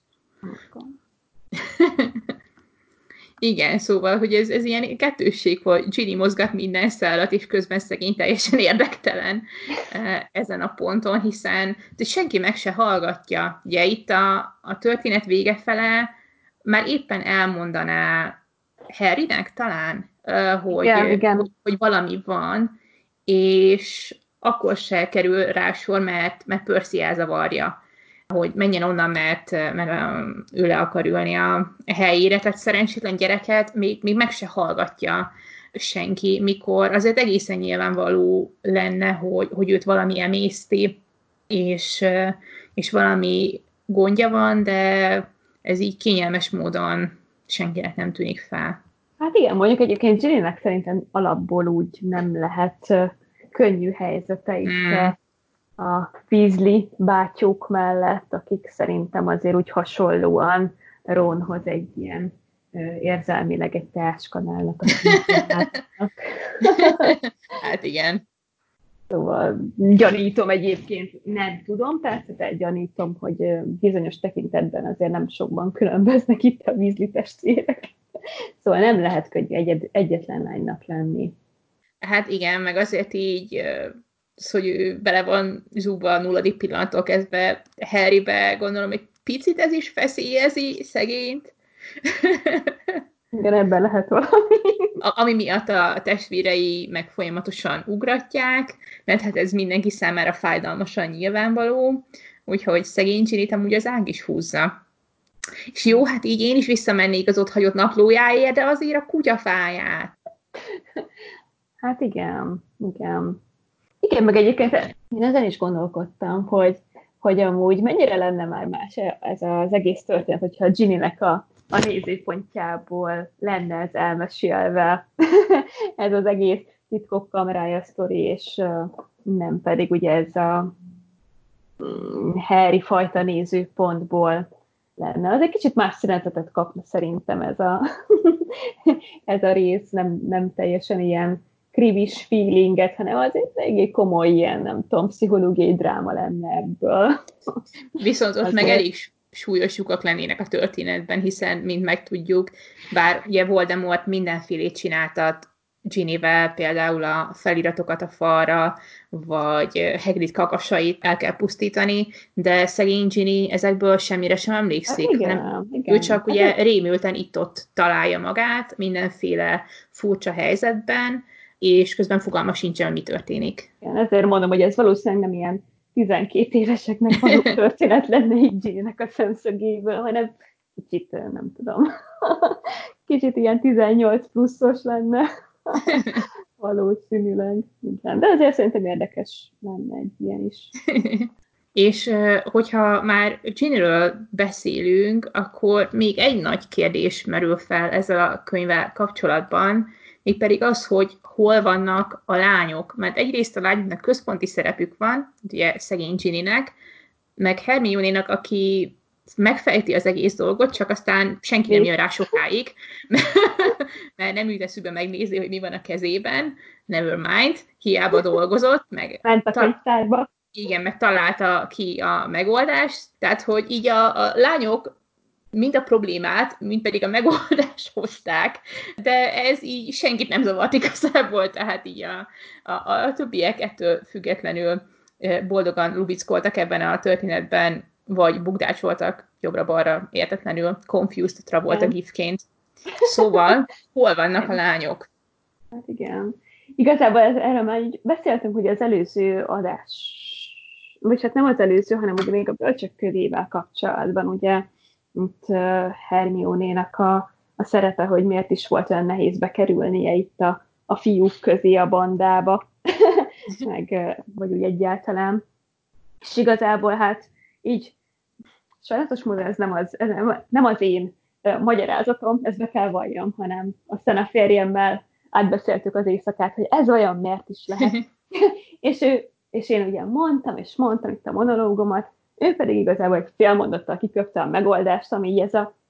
Igen, szóval, hogy ez, ez ilyen kettősség, hogy Ginny mozgat minden szállat, és közben szegény teljesen érdektelen ezen a ponton, hiszen senki meg se hallgatja. Ugye itt a, a történet vége fele már éppen elmondaná Harrynek talán, Igen, hogy, hogy, igen. hogy valami van, és akkor se kerül rá sor, mert, mert Percy elzavarja, hogy menjen onnan, mert, mert ő le akar ülni a helyére, tehát szerencsétlen gyereket még, még meg se hallgatja senki, mikor azért egészen nyilvánvaló lenne, hogy, hogy őt valami emészti, és, és valami gondja van, de ez így kényelmes módon senkinek nem tűnik fel. Hát igen, mondjuk egyébként Ginnynek szerintem alapból úgy nem lehet ö, könnyű helyzete itt Mm. a, a Weasley bátyók mellett, akik szerintem azért úgy hasonlóan Ronhoz egy ilyen ö, érzelmileg egy teáskanálnak a szintjén állnak. Hát igen. Szóval gyanítom egyébként, nem tudom, persze, de gyanítom, hogy ö, bizonyos tekintetben azért nem sokban különböznek itt a Weasley testvérek. Szóval nem lehet könnyű egyed, egyetlen lánynak lenni. Hát igen, meg azért így, az, hogy ő bele van zúgva a nulladik pillanattól kezdve Harrybe, gondolom, egy picit ez is feszélyezi szegényt. Igen, ebben lehet valami. A, ami miatt a testvérei meg folyamatosan ugratják, mert hát ez mindenki számára fájdalmasan nyilvánvaló, úgyhogy szegény Ginnyt amúgy az ág is húzza. És jó, hát így én is visszamennék az ott hagyott naplójáért, de azért a kutyafáját. Hát igen, igen. Igen, meg egyébként én ezen is gondolkodtam, hogy, hogy amúgy mennyire lenne már más ez az egész történet, hogyha Ginnynek a, a nézőpontjából lenne ez elmesélve ez az egész titkok kamerája sztori, és uh, nem pedig ugye ez a mm, Harry fajta nézőpontból lenne. Az egy kicsit más színezetet kapna szerintem ez a, ez a rész, nem, nem teljesen ilyen krivis feelinget, hanem azért eléggé komoly ilyen, nem tudom, pszichológiai dráma lenne ebből. Viszont ott meg Azért. elég súlyos lyukak lennének a történetben, hiszen, mint megtudjuk, bár ugye Voldemort mindenfélét csináltat Ginnyvel, például a feliratokat a falra, vagy Hagrid kakasait el kell pusztítani, de szegény Ginny ezekből semmire sem Hát emlékszik, hanem igen, ő igen. csak Hát ugye ez, rémülten itt-ott találja magát, mindenféle furcsa helyzetben, és közben fogalma sincsen, hogy mi történik. igen, ezért mondom, hogy ez valószínűleg nem ilyen tizenkét éveseknek való történet lenne így Ginnynek a szemszögéből, hanem kicsit, nem tudom, kicsit ilyen tizennyolc pluszos lenne. Valószínűleg. Igen. De azért szerintem érdekes lenne egy ilyen is. És hogyha már Ginnyről beszélünk, akkor még egy nagy kérdés merül fel ezzel a könyvvel kapcsolatban, mégpedig az, hogy hol vannak a lányok. Mert egyrészt a lányoknak központi szerepük van, ugye szegény Ginnynek, meg Hermione-nak, aki megfejti az egész dolgot, csak aztán senki nem jön rá sokáig, mert nem jut eszübe megnézni, hogy mi van a kezében, never mind, hiába dolgozott, meg Ment a ta- könyvtárba. igen, meg találta ki a megoldást, tehát hogy így a, a lányok mind a problémát, mind pedig a megoldást hozták, de ez így senkit nem zavart igazából, tehát így a, a, a többiek ettől függetlenül boldogan lubickoltak ebben a történetben, vagy bukdácsoltak jobbra-balra értetlenül, confused a Igen. gifként. Szóval, hol vannak a Igen. lányok? Hát igen. Igazából ez, erről már így beszéltünk, hogy az előző adás, vagy hát nem az előző, hanem ugye még a bölcsök körével kapcsolatban, ugye itt uh, Hermione-nak a, a szerepe, hogy miért is volt olyan nehéz bekerülnie itt a, a fiúk közé a bandába, meg uh, vagy úgy egyáltalán. És igazából hát így sajnálatos módon ez nem az, ez nem, nem az én uh, magyarázatom, ezt be kell valljam, hanem aztán a férjemmel átbeszéltük az éjszakát, hogy ez olyan miért is lehet. és, ő, és én ugye mondtam, és mondtam itt a monológomat, ő pedig igazából egy fél mondattal kiköpte a megoldást, ami így ez a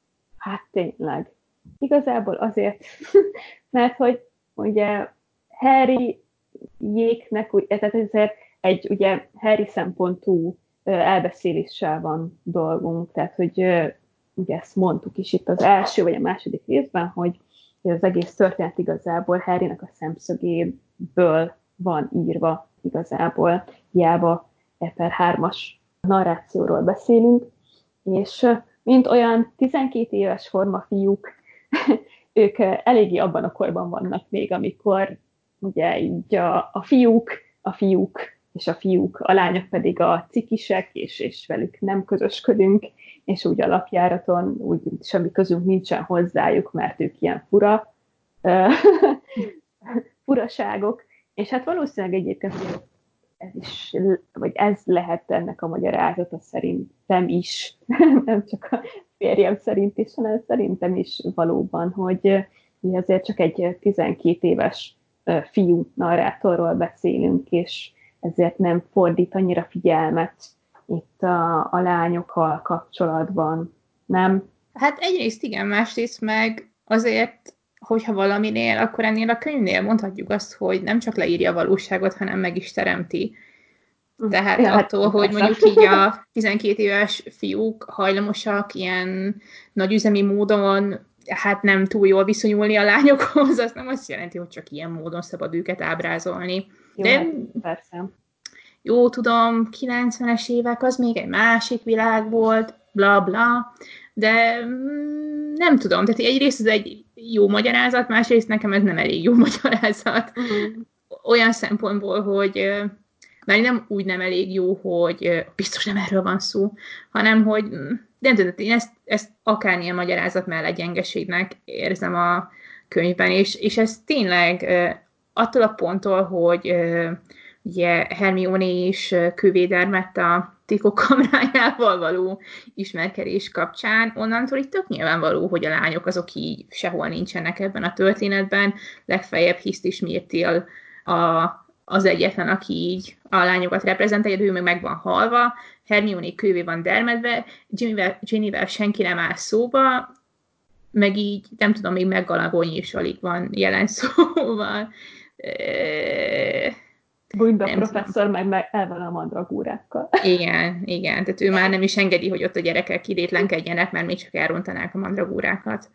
Hát tényleg. Igazából azért, mert hogy ugye Harryéknek, úgy, tehát ezért egy ugye Harry szempontú elbeszéléssel van dolgunk, tehát hogy ugye ezt mondtuk is itt az első vagy a második részben, hogy az egész történet igazából Harrynek a szemszögéből van írva igazából, hiába e per hármas narrációról beszélünk, és mint olyan tizenkét éves formafiúk, ők eléggé abban a korban vannak még, amikor ugye így a, a fiúk, a fiúk és a fiúk, a lányok pedig a cikisek, és, és velük nem közösködünk, és úgy alapjáraton úgy semmi közünk nincsen hozzájuk, mert ők ilyen fura furaságok, és hát valószínűleg egyébként ez is, vagy ez lehet ennek a magyarázata szerintem is, nem csak a férjem szerint is, hanem szerintem is valóban, hogy azért csak egy tizenkét éves fiú narrátorról beszélünk, és ezért nem fordít annyira figyelmet itt a, a lányokkal kapcsolatban, nem? Hát egyrészt igen, másrészt meg azért, hogyha valaminél, akkor ennél a könyvnél mondhatjuk azt, hogy nem csak leírja a valóságot, hanem meg is teremti. Tehát ja, attól, hogy mondjuk így a tizenkét éves fiúk hajlamosak ilyen nagyüzemi módon, hát nem túl jól viszonyulni a lányokhoz, az nem azt jelenti, hogy csak ilyen módon szabad őket ábrázolni. Jó, de hát persze. Jó, tudom, kilencvenes évek, az még egy másik világ volt, bla bla, de nem tudom, tehát egyrészt ez egy jó magyarázat, másrészt nekem ez nem elég jó magyarázat. Uh-huh. Olyan szempontból, hogy mert nem úgy nem elég jó, hogy biztos nem erről van szó, hanem hogy nem tudom, én ezt, ezt akármilyen magyarázat mellett gyengeségnek érzem a könyvben, és, és ez tényleg attól a ponttól, hogy ugye Hermione is kővédelmet a titkok kamrájával való ismerkedés kapcsán, onnantól itt tök nyilvánvaló, hogy a lányok azok így sehol nincsenek ebben a történetben, legfeljebb Hiszt is Myrtil a az egyetlen, aki így a lányokat reprezentálja, de ő meg meg van halva, Hermione kővé van dermedve, Ginnyvel, Ginnyvel senki nem áll szóba, meg így, nem tudom, még Meggalagony is alig van jelen szóval. Bújba professzor meg, meg el van a mandragórákkal. Igen, igen, tehát ő már nem is engedi, hogy ott a gyerekek kirétlenkedjenek, mert még csak elrontanák a mandragórákat.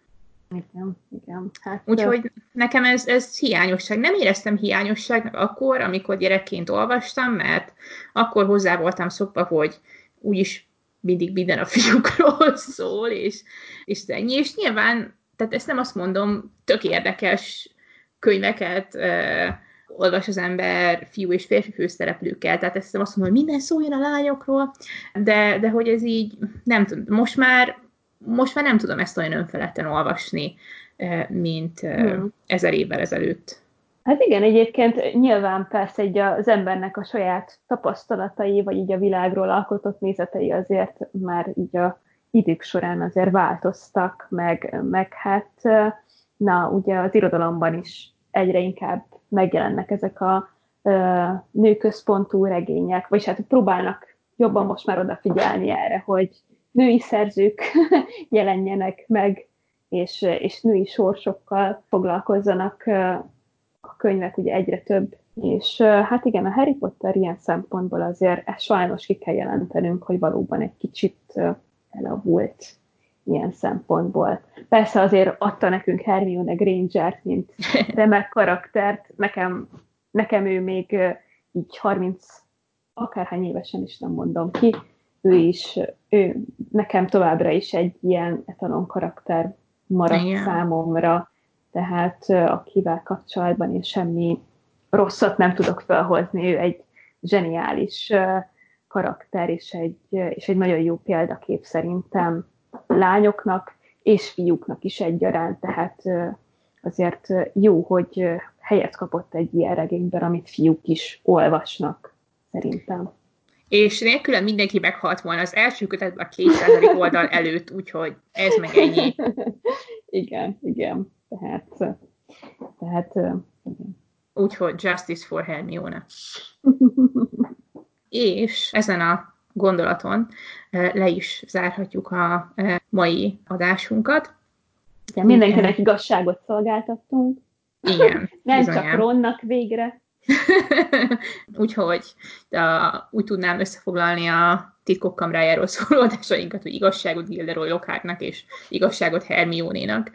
Igen, igen. Hát, úgyhogy nekem ez, ez hiányosság. Nem éreztem hiányosságnak akkor, amikor gyerekként olvastam, mert akkor hozzá voltam szokva, hogy úgyis mindig minden a fiúkról szól, és, és ennyi. És nyilván, tehát ezt nem azt mondom, tök érdekes könyveket uh, olvas az ember fiú és férfi főszereplőkkel, tehát ezt nem azt mondom, hogy minden szóljon a lányokról, de, de hogy ez így, nem tudom, most már most már nem tudom ezt olyan önfeledten olvasni, mint hmm. ezer évvel ezelőtt. Hát igen, egyébként nyilván persze így az embernek a saját tapasztalatai, vagy így a világról alkotott nézetei azért már így a idők során azért változtak, meg, meg hát na, ugye az irodalomban is egyre inkább megjelennek ezek a nőközpontú regények, vagy hát próbálnak jobban most már odafigyelni erre, hogy női szerzők jelenjenek meg, és, és női sorsokkal foglalkozzanak a könyvek, ugye egyre több. És hát igen, a Harry Potter ilyen szempontból azért ezt sajnos ki kell jelentenünk, hogy valóban egy kicsit elavult ilyen szempontból. Persze azért adta nekünk Hermione Granger-t, mint remek karaktert. Nekem, nekem ő még így harminc akárhány évesen is nem mondom ki, ő is, ő nekem továbbra is egy ilyen etalon karakter maradt igen. Számomra, tehát akivel kapcsolatban én semmi rosszat nem tudok felhozni, ő egy zseniális karakter, és egy, és egy nagyon jó példakép szerintem lányoknak és fiúknak is egyaránt, tehát azért jó, hogy helyet kapott egy ilyen regényben, amit fiúk is olvasnak, szerintem. És nélkülem mindenki meghalt volna az első kötetben a kétszázadik oldal előtt, úgyhogy ez meg ennyi. Igen, igen. Tehát, tehát igen. Úgyhogy Justice for Hermione. És ezen a gondolaton le is zárhatjuk a mai adásunkat. Igen, mindenkinek igazságot szolgáltattunk. Igen, Nem bizonyám. csak Ronnak végre. Úgyhogy de úgy tudnám összefoglalni a Titkok Kamrájáról szóló adásainkat, hogy igazságot Gilderoy Lockhartnak és igazságot Hermione-nak.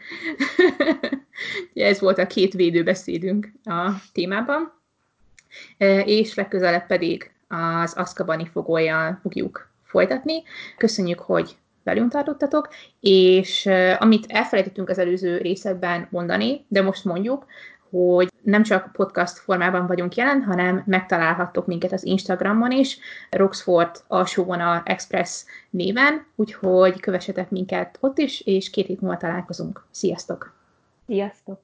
Ez volt a két védőbeszédünk a témában. És legközelebb pedig az Azkabani fogollyal fogjuk folytatni. Köszönjük, hogy velünk tartottatok, és amit elfelejtettünk az előző részekben mondani, de most mondjuk, hogy nem csak podcast formában vagyunk jelen, hanem megtalálhattok minket az Instagramon is, Roxford alsóvonal Express néven, úgyhogy kövessetek minket ott is, és két hét múlva találkozunk. Sziasztok! Sziasztok!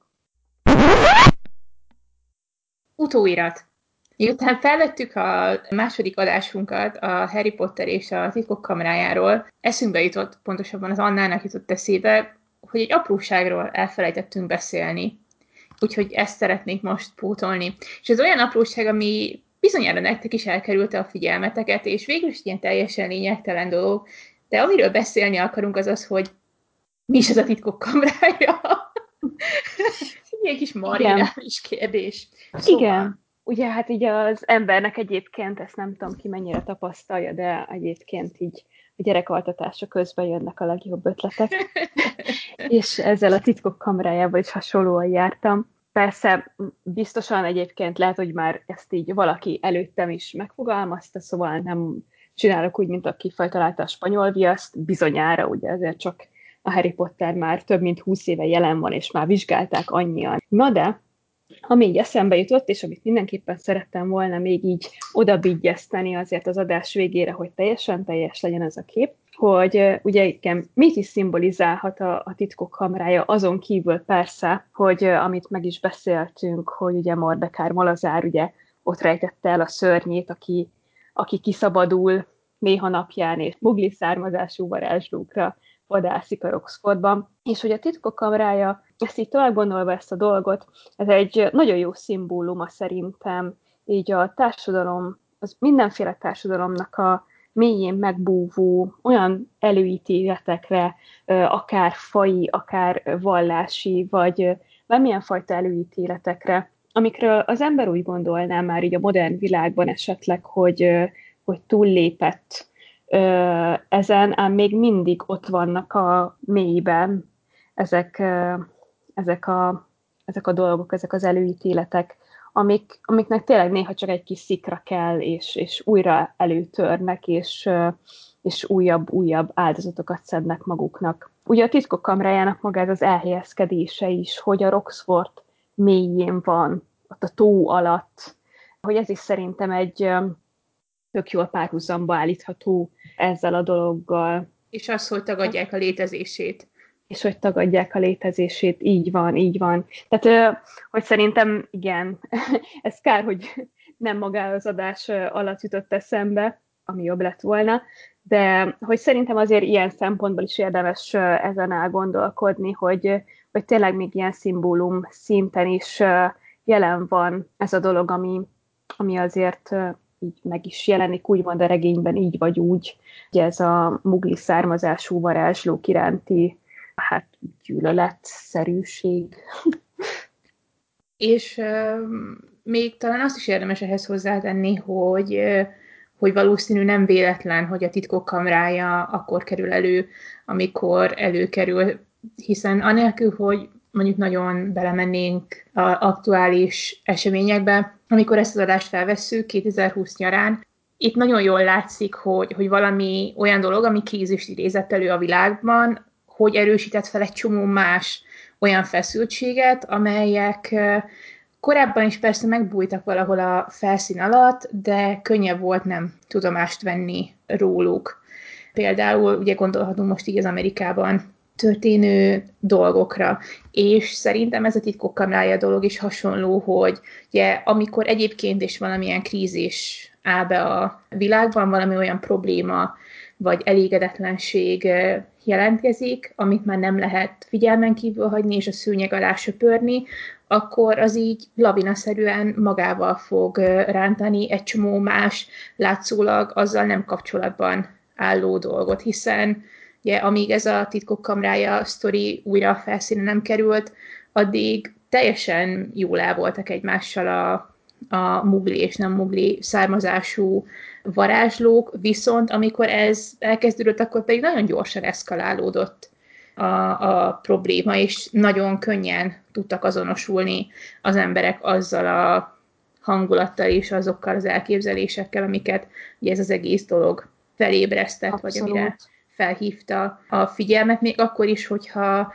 Utóirat! Miután felvettük a második adásunkat a Harry Potter és a Titkok Kamrájáról, eszünkbe jutott, pontosabban az Annának jutott eszébe, hogy egy apróságról elfelejtettünk beszélni. Úgyhogy ezt szeretnék most pótolni. És ez olyan apróság, ami bizonyára nektek is elkerülte a figyelmeteket, és végül is ilyen teljesen lényegtelen dolog, de amiről beszélni akarunk, az az, hogy mi is az a Titkok Kamrája? Ilyen kis marinális kérdés. Szóval... Igen. Ugye hát így az embernek egyébként, ezt nem tudom ki mennyire tapasztalja, de egyébként így a gyerekaltatása közben jönnek a legjobb ötletek. És ezzel a Titkok Kamrájával is hasonlóan jártam. Persze biztosan egyébként lehet, hogy már ezt így valaki előttem is megfogalmazta, szóval nem csinálok úgy, mint aki feltalálta a spanyol viaszt, bizonyára, ugye ezért csak a Harry Potter már több mint húsz éve jelen van, és már vizsgálták annyian. Na de, ami így eszembe jutott, és amit mindenképpen szerettem volna még így odabigyezteni azért az adás végére, hogy teljesen teljes legyen ez a kép, hogy ugye igen, mit is szimbolizálhat a, a Titkok Kamrája, azon kívül persze, hogy amit meg is beszéltünk, hogy ugye Mordekár Malazár ugye ott rejtette el a szörnyét, aki, aki kiszabadul néha napján, és mugli származású varázslókra vadászik a Roxfordban, és hogy a Titkok Kamrája, ezt így tovább gondolva ezt a dolgot, ez egy nagyon jó szimbóluma szerintem, így a társadalom, az mindenféle társadalomnak a mélyén megbúvó olyan előítéletekre, akár faji, akár vallási, vagy bármilyen fajta előítéletekre, amikről az ember úgy gondolná már így a modern világban esetleg, hogy, hogy túllépett ezen, ám még mindig ott vannak a mélyben ezek, ezek, a, ezek a dolgok, ezek az előítéletek, amik, amiknek tényleg néha csak egy kis szikra kell, és, és újra előtörnek, és, és újabb-újabb áldozatokat szednek maguknak. Ugye a Titkok Kamrájának maga ez az elhelyezkedése is, hogy a Roxford mélyén van, ott a tó alatt, hogy ez is szerintem egy tök jól párhuzamba állítható ezzel a dologgal. És az, hogy tagadják a létezését. És hogy tagadják a létezését, így van, így van. Tehát, hogy szerintem, igen, ez kár, hogy nem maga az adás alatt jutott eszembe, ami jobb lett volna, de hogy szerintem azért ilyen szempontból is érdemes ezen elgondolkodni, hogy, hogy tényleg még ilyen szimbólum szinten is jelen van ez a dolog, ami, ami azért így meg is jelenik, úgymond a regényben így vagy úgy, hogy ez a mugli származású varázslók iránti hát gyűlöletszerűség. És uh, még talán azt is érdemes ehhez hozzátenni, hogy, uh, hogy valószínű nem véletlen, hogy a Titkok Kamrája akkor kerül elő, amikor előkerül, hiszen anélkül, hogy mondjuk nagyon belemennénk az aktuális eseményekbe, amikor ezt az adást felvesszük kétezer-húsz nyarán, itt nagyon jól látszik, hogy, hogy valami olyan dolog, ami krízist idézett elő a világban, hogy erősített fel egy csomó más olyan feszültséget, amelyek korábban is persze megbújtak valahol a felszín alatt, de könnyebb volt nem tudomást venni róluk. Például ugye gondolhatunk most így az Amerikában történő dolgokra, és szerintem ez a Titkok Kamrája dolog is hasonló, hogy ugye amikor egyébként is valamilyen krízis áll be a világban, valami olyan probléma, vagy elégedetlenség jelentkezik, amit már nem lehet figyelmen kívül hagyni, és a szőnyeg alá söpörni, akkor az így lavinaszerűen magával fog rántani egy csomó más, látszólag azzal nem kapcsolatban álló dolgot, hiszen ugye, amíg ez a titkok kamrája sztori újra a felszínen nem került, addig teljesen jól el voltak egymással a, a mugli és nem mugli származású varázslók, viszont amikor ez elkezdődött, akkor pedig nagyon gyorsan eszkalálódott a, a probléma, és nagyon könnyen tudtak azonosulni az emberek azzal a hangulattal és azokkal az elképzelésekkel, amiket ugye ez az egész dolog felébresztett, vagy amire Abszolút. felhívta a figyelmet, még akkor is, hogyha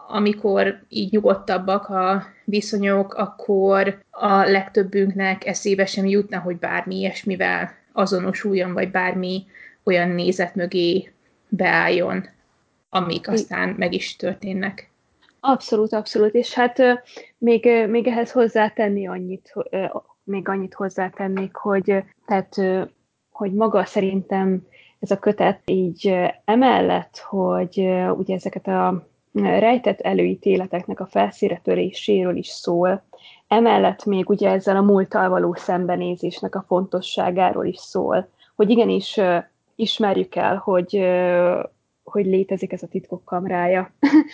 amikor így nyugodtabbak a viszonyok, akkor a legtöbbünknek eszébe sem jutna, hogy bármi ilyesmivel azonosuljon, vagy bármi olyan nézet mögé beálljon, amik aztán meg is történnek. Abszolút, abszolút, és hát ö, még, ö, még ehhez hozzátenni annyit, ö, még annyit hozzátennék, hogy ö, tehát, ö, hogy maga szerintem ez a kötet így ö, emellett, hogy ö, ugye ezeket a rejtett előítéleteknek a felszínre töréséről is szól, emellett még ugye ezzel a múlttal való szembenézésnek a fontosságáról is szól, hogy igenis ö, ismerjük el, hogy, ö, hogy létezik ez a titkok kamrája,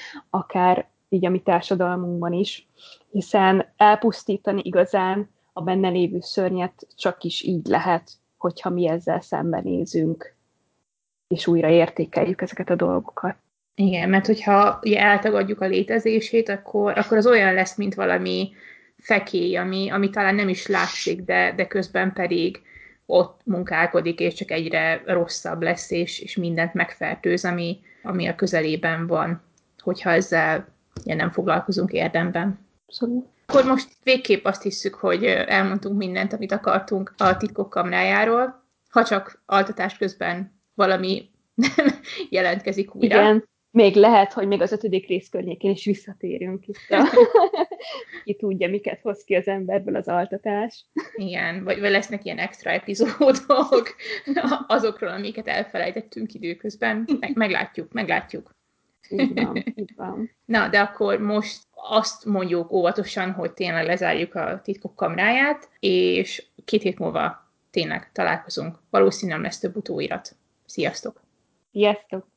akár így a mi társadalmunkban is, hiszen elpusztítani igazán a benne lévő szörnyet csak is így lehet, hogyha mi ezzel szembenézünk, és újra értékeljük ezeket a dolgokat. Igen, mert hogyha ugye eltagadjuk a létezését, akkor, akkor az olyan lesz, mint valami fekély, ami, ami talán nem is látszik, de, de közben pedig ott munkálkodik, és csak egyre rosszabb lesz, és, és mindent megfertőz, ami, ami a közelében van, hogyha ezzel ugye nem foglalkozunk érdemben. Abszolút. Akkor most végképp azt hiszük, hogy elmondtunk mindent, amit akartunk a titkok kamrájáról, ha csak altatás közben valami jelentkezik újra. Igen, még lehet, hogy még az ötödik rész környékén is visszatérünk itt a... Ki tudja, miket hoz ki az emberből az altatás. Igen, vagy, vagy lesznek ilyen extra epizódok azokról, amiket elfelejtettünk időközben. Meg, meglátjuk, meglátjuk. Így van, így van. Na, de akkor most azt mondjuk óvatosan, hogy tényleg lezárjuk a titkok kamráját, és két hét múlva tényleg találkozunk. Valószínűleg lesz több utóirat. Sziasztok! Sziasztok!